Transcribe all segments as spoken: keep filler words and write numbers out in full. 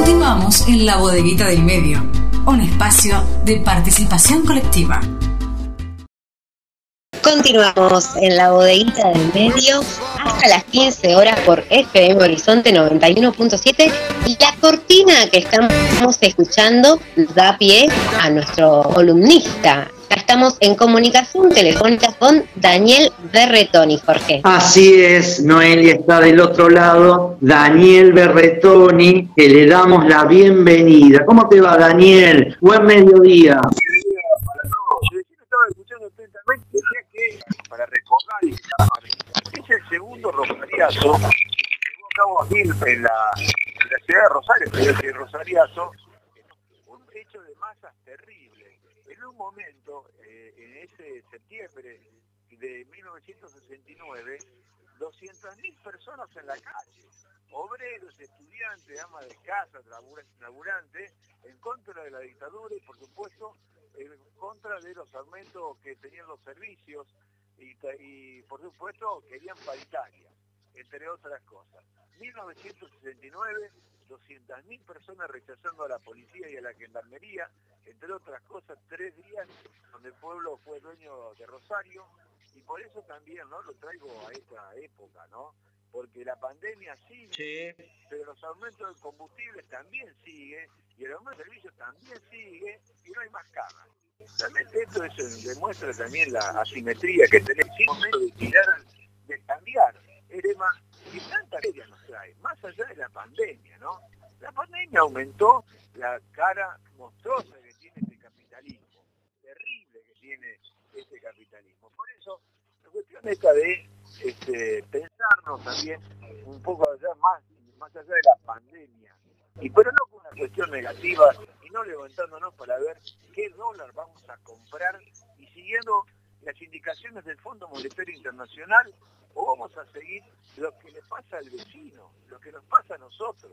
Continuamos en La Bodeguita del Medio, un espacio de participación colectiva. Continuamos en La Bodeguita del Medio hasta las quince horas por F M Horizonte noventa y uno punto siete, y la cortina que estamos escuchando da pie a nuestro columnista. Ya estamos en comunicación telefónica con Daniel Berretoni, Jorge. Así es, Noelia está del otro lado, Daniel Berretoni, que le damos la bienvenida. ¿Cómo te va, Daniel? Buen mediodía. Decía que, para recordar, es el segundo rosariazo que se llevó a cabo aquí en la, en la ciudad de Rosario, pero el rosariazo, un hecho de masas terrible. En un momento, eh, en ese septiembre de mil novecientos sesenta y nueve, doscientas mil personas en la calle, obreros, estudiantes, amas de casa, laburantes, en contra de la dictadura y, por supuesto, en contra de los aumentos que tenían los servicios y, y por supuesto querían paritaria, entre otras cosas. mil novecientos sesenta y nueve, doscientas mil personas rechazando a la policía y a la gendarmería, entre otras cosas, tres días donde el pueblo fue dueño de Rosario, y por eso también, ¿no?, lo traigo a esta época, ¿no?, porque la pandemia sigue, sí, pero los aumentos del combustible también sigue, y el aumento de servicios también sigue, y no hay más camas. Realmente esto es, demuestra también la asimetría que tenemos en el momento de tirar, de cambiar el tema que tanta feria nos trae, más allá de la pandemia, ¿no? La pandemia aumentó la cara monstruosa que tiene este capitalismo, terrible que tiene este capitalismo. Por eso, la cuestión esta de este, pensarnos también un poco allá, más, más allá de la pandemia, y pero no con una cuestión negativa, y no levantándonos para ver qué dólar vamos a comprar y siguiendo las indicaciones del Fondo Monetario Internacional, o vamos a seguir lo que le pasa al vecino, lo que nos pasa a nosotros.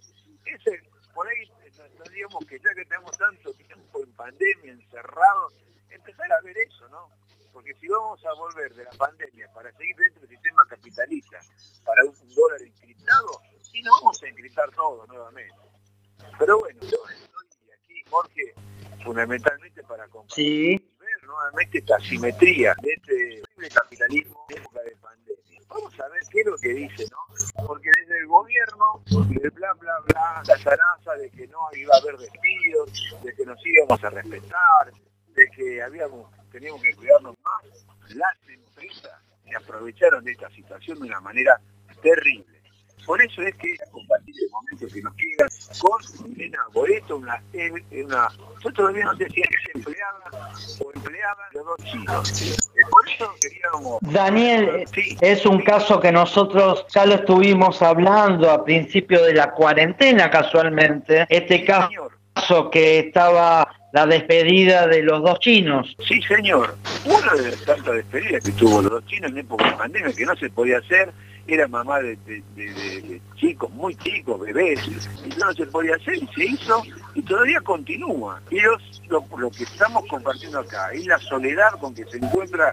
Ese, por ahí tendríamos que, ya que tenemos tanto tiempo en pandemia, encerrados, empezar a ver eso, ¿no? Porque si vamos a volver de la pandemia para seguir dentro del sistema capitalista, para un dólar encriptado, y no vamos a encriptar todo nuevamente. Pero bueno, yo estoy aquí, Jorge, fundamentalmente para compartir sí. y ver nuevamente esta asimetría de este horrible capitalismo en época de pandemia. Vamos a ver qué es lo que dice, ¿no? Porque desde el gobierno, de bla, bla, bla, la zaraza de que no iba a haber despidos, de que nos íbamos a respetar, de que habíamos, teníamos que cuidarnos más, las empresas se aprovecharon de esta situación de una manera terrible. Por eso es que a compartir el momento que nos queda con Milena Boreto, una, una, yo todavía no sé si es empleada o empleada de dos chinos. Por eso queríamos... Daniel, sí, es un sí. caso que nosotros ya lo estuvimos hablando a principio de la cuarentena casualmente. Este Sí, caso señor. que estaba la despedida de los dos chinos. Sí, señor. Una de las tantas despedidas que tuvo los dos chinos en época de pandemia que no se podía hacer, era mamá de, de, de, de, de chicos, muy chicos, bebés, y no se podía hacer, y se hizo, y todavía continúa. Y los, lo, lo que estamos compartiendo acá es la soledad con que se encuentra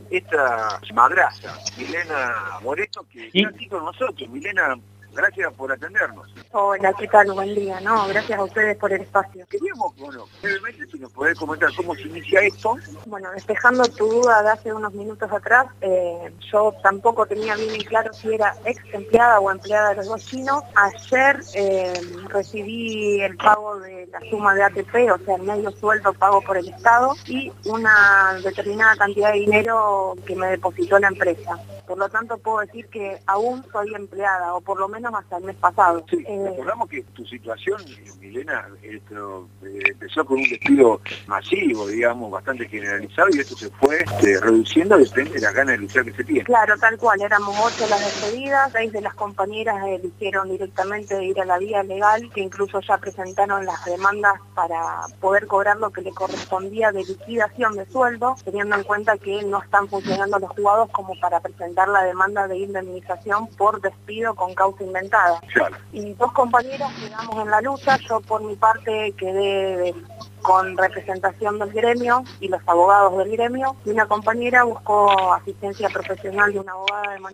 esta madraza, Milena Boreto, que está aquí con nosotros. Milena, gracias por atendernos. Hola, ¿qué tal? Buen día, ¿no? Gracias a ustedes por el espacio. Queríamos, bueno, brevemente, si nos podés comentar cómo se inicia esto. Bueno, despejando tu duda de hace unos minutos atrás, eh, yo tampoco tenía bien en claro si era ex empleada o empleada de los dos chinos. Ayer eh, recibí el pago de la suma de A T P, o sea, el medio sueldo pago por el Estado, y una determinada cantidad de dinero que me depositó la empresa. Por lo tanto, puedo decir que aún soy empleada, o por lo menos hasta el mes pasado. Sí, eh, recordamos que tu situación, Milena, esto, eh, empezó con un despido masivo, digamos, bastante generalizado, y esto se fue eh, reduciendo, depende de las ganas de luchar que se tiene. Claro, tal cual, éramos ocho las despedidas, seis de las compañeras eligieron directamente ir a la vía legal, que incluso ya presentaron las demandas para poder cobrar lo que le correspondía de liquidación de sueldo, teniendo en cuenta que no están funcionando los juzgados como para presentar la demanda de indemnización por despido con causa inventada. Claro. Y dos compañeras quedamos en la lucha, yo por mi parte quedé con representación del gremio y los abogados del gremio, y una compañera buscó asistencia profesional de una abogada de manera particular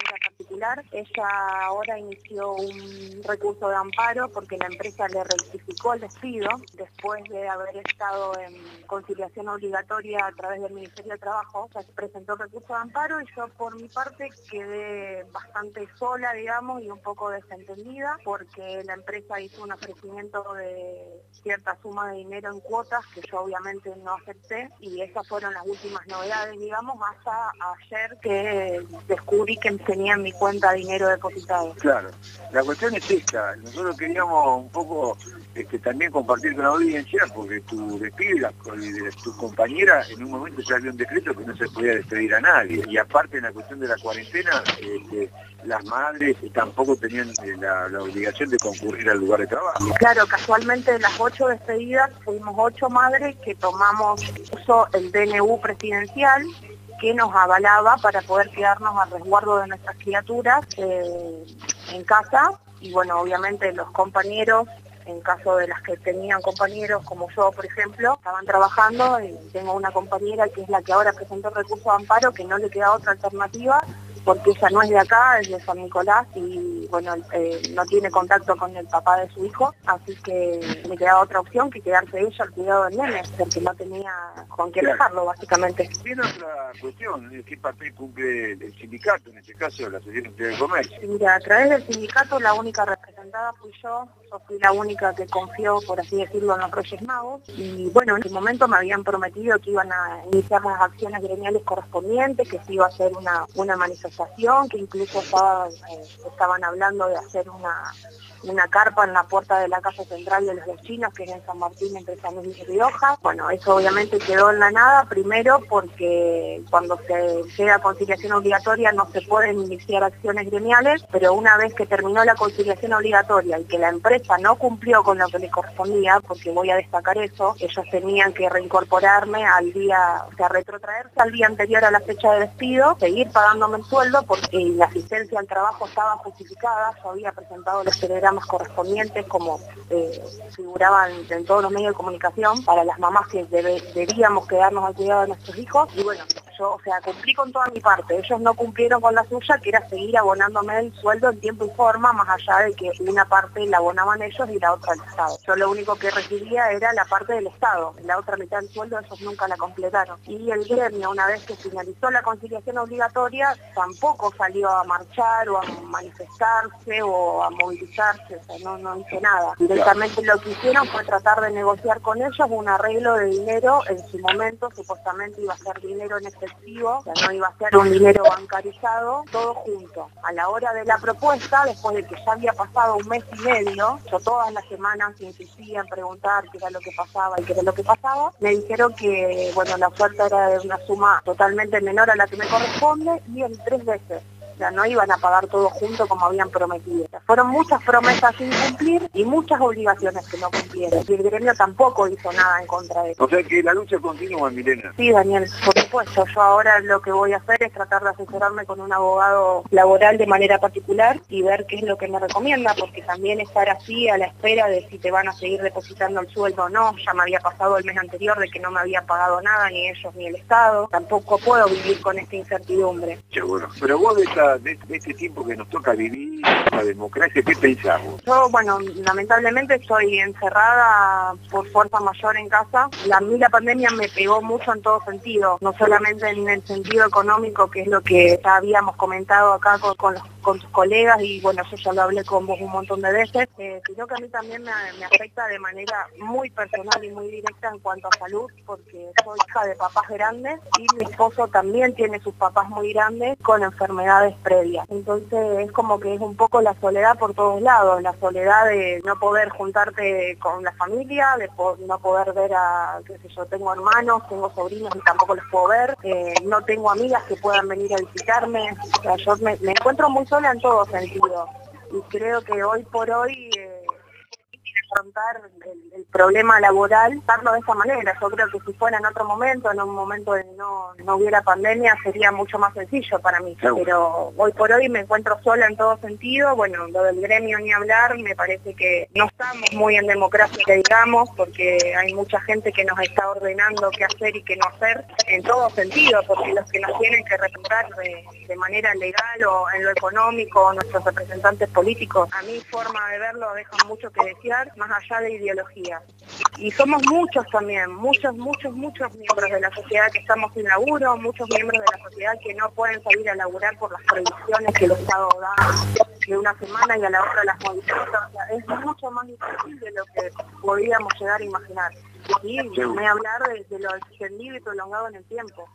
particular. Ella ahora inició un recurso de amparo porque la empresa le rectificó el despido después de haber estado en conciliación obligatoria a través del Ministerio de Trabajo. Se presentó recurso de amparo y yo por mi parte quedé bastante sola, digamos, y un poco desentendida porque la empresa hizo un ofrecimiento de cierta suma de dinero en cuotas que yo obviamente no acepté, y esas fueron las últimas novedades, digamos, hasta ayer que descubrí que tenía en mi cuenta dinero depositado. Claro, la cuestión es esta, nosotros queríamos un poco este, también compartir con la audiencia, porque tu despido y la, de tu compañera, en un momento ya había un decreto que no se podía despedir a nadie, y aparte en la cuestión de la cuarentena, este, las madres tampoco tenían la, la obligación de concurrir al lugar de trabajo. Claro, casualmente de las ocho despedidas fuimos ocho madres que tomamos uso el D N U presidencial que nos avalaba para poder quedarnos a resguardo de nuestras criaturas eh, en casa, y bueno, obviamente los compañeros, en caso de las que tenían compañeros como yo, por ejemplo, estaban trabajando, y tengo una compañera que es la que ahora presentó el recurso de amparo, que no le queda otra alternativa porque ella no es de acá, es de San Nicolás y bueno, eh, no tiene contacto con el papá de su hijo, así que le quedaba otra opción que quedarse ella al cuidado del nene, porque no tenía con qué dejarlo, básicamente. Tiene otra cuestión, ¿qué papel cumple el sindicato, en este caso la Asociación Industrial de Comercio? Mira, a través del sindicato la única representada fui yo, yo fui la única que confió, por así decirlo, en los Reyes Magos, y bueno, en ese momento me habían prometido que iban a iniciar las acciones gremiales correspondientes, que se iba a hacer una, una manifestación, que incluso estaba, eh, estaban hablando de hacer una, una carpa en la puerta de la Casa Central de los Vecinos, que es en San Martín, entre San Luis y Rioja. Bueno, eso obviamente quedó en la nada, primero porque cuando se llega a conciliación obligatoria no se pueden iniciar acciones gremiales, pero una vez que terminó la conciliación obligatoria y que la empresa no cumplió con lo que les correspondía, porque voy a destacar eso, ellos tenían que reincorporarme al día, o sea, retrotraerse al día anterior a la fecha de despido, seguir pagándome el sueldo porque la asistencia al trabajo estaba justificada, yo había presentado los telegramas correspondientes como eh, figuraban en todos los medios de comunicación para las mamás que debe, debíamos quedarnos al cuidado de nuestros hijos, y bueno, yo, o sea, cumplí con toda mi parte, ellos no cumplieron con la suya, que era seguir abonándome el sueldo en tiempo y forma, más allá de que una parte la abonaban ellos y la otra el Estado. Yo lo único que recibía era la parte del Estado, la otra mitad del sueldo ellos nunca la completaron. Y el gremio, una vez que finalizó la conciliación obligatoria, tampoco salió a marchar o a manifestarse o a movilizarse, o sea, no, no hizo nada. Directamente lo que hicieron fue tratar de negociar con ellos un arreglo de dinero, en su momento supuestamente iba a ser dinero en efectivo, o sea, no iba a ser un dinero bancarizado, todo junto. A la hora de la propuesta, después de que ya había pasado un mes y medio, yo todas las semanas insistía en preguntar qué era lo que pasaba y qué era lo que pasaba, me dijeron que, bueno, la oferta era de una suma totalmente menor a la que me corresponde y en tres veces. O sea, no iban a pagar todo junto como habían prometido. O sea, fueron muchas promesas sin cumplir y muchas obligaciones que no cumplieron. Y el gremio tampoco hizo nada en contra de eso. O sea que la lucha continúa, Milena. Sí, Daniel, por supuesto. Yo ahora lo que voy a hacer es tratar de asesorarme con un abogado laboral de manera particular y ver qué es lo que me recomienda, porque también estar así a la espera de si te van a seguir depositando el sueldo o no. Ya me había pasado el mes anterior de que no me había pagado nada, ni ellos ni el Estado. Tampoco puedo vivir con esta incertidumbre. Qué bueno. Pero vos de esta De, de este tiempo que nos toca vivir, la democracia, ¿qué pensamos? Yo, bueno, lamentablemente estoy encerrada por fuerza mayor en casa. La, a mí la pandemia me pegó mucho en todo sentido, no solamente en el sentido económico, que es lo que ya habíamos comentado acá con, con, los, con tus colegas, y bueno, yo ya lo hablé con vos un montón de veces, eh, sino que a mí también me, me afecta de manera muy personal y muy directa en cuanto a salud, porque soy hija de papás grandes y mi esposo también tiene sus papás muy grandes con enfermedades previas. Entonces es como que es un poco la soledad por todos lados, la soledad de no poder juntarte con la familia, de po no poder ver a, qué sé yo, tengo hermanos, tengo sobrinos y tampoco los puedo ver, eh, no tengo amigas que puedan venir a visitarme, o sea, yo me, me encuentro muy sola en todo sentido, y creo que hoy por hoy eh, afrontar el, el problema laboral, darlo de esa manera. Yo creo que si fuera en otro momento, en un momento de no, no hubiera pandemia, sería mucho más sencillo para mí. Claro. Pero hoy por hoy me encuentro sola en todo sentido. Bueno, lo del gremio ni hablar, me parece que no estamos muy en democracia, que digamos, porque hay mucha gente que nos está ordenando qué hacer y qué no hacer, en todo sentido, porque los que nos tienen que representar de, de manera legal o en lo económico, nuestros representantes políticos, a mi forma de verlo dejan mucho que desear, más allá de ideología. Y somos muchos también, muchos, muchos, muchos miembros de la sociedad que estamos sin laburo, muchos miembros de la sociedad que no pueden salir a laburar por las prohibiciones que el Estado da de una semana y a la otra las modifica. O sea, es mucho más difícil de lo que podríamos llegar a imaginar. Y me hablar de, de lo extendido y prolongado en el tiempo.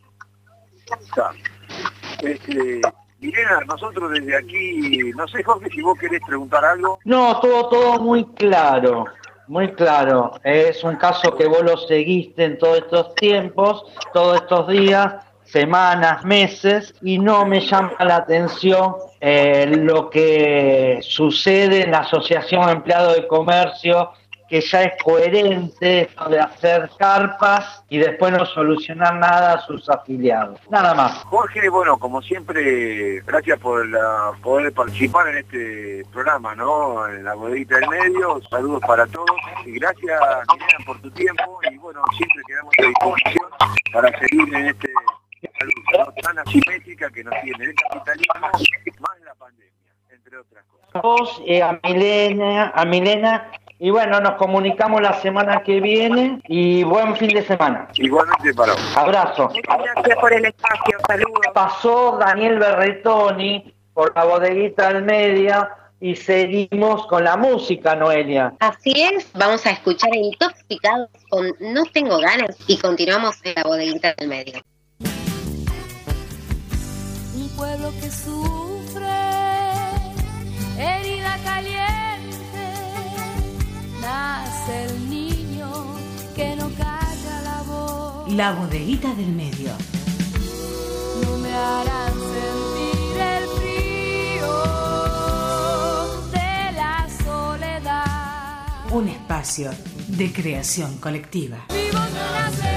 Este, Milena, nosotros desde aquí, no sé, Jorge, si vos querés preguntar algo. No, todo, todo muy claro, muy claro. Es un caso que vos lo seguiste en todos estos tiempos, todos estos días, semanas, meses, y no me llama la atención eh, lo que sucede en la Asociación Empleados de Comercio, que ya es coherente esto de hacer carpas y después no solucionar nada a sus afiliados. Nada más. Jorge, bueno, como siempre, gracias por la, poder participar en este programa, ¿no? En la bodeguita del medio, saludos para todos. Y gracias, Milena, por tu tiempo. Y bueno, siempre quedamos a disposición para seguir en este lucha, ¿no? Tan asimétrica que nos tiene el capitalismo más la pandemia, entre otras cosas. A vos, eh, a Milena, a Milena. Y bueno, nos comunicamos la semana que viene y buen fin de semana. Igualmente para vos. Abrazo. Muchas gracias por el espacio, saludos. Pasó Daniel Berretoni por la bodeguita del medio y seguimos con la música, Noelia. Así es, vamos a escuchar Intoxicados con No Tengo Ganas y continuamos en la bodeguita del medio. Un pueblo que sufre, herida caliente. Nace el niño que no calla la voz. La bodeguita del medio. No me harán sentir el frío de la soledad. Un espacio de creación colectiva. Mi voz no nace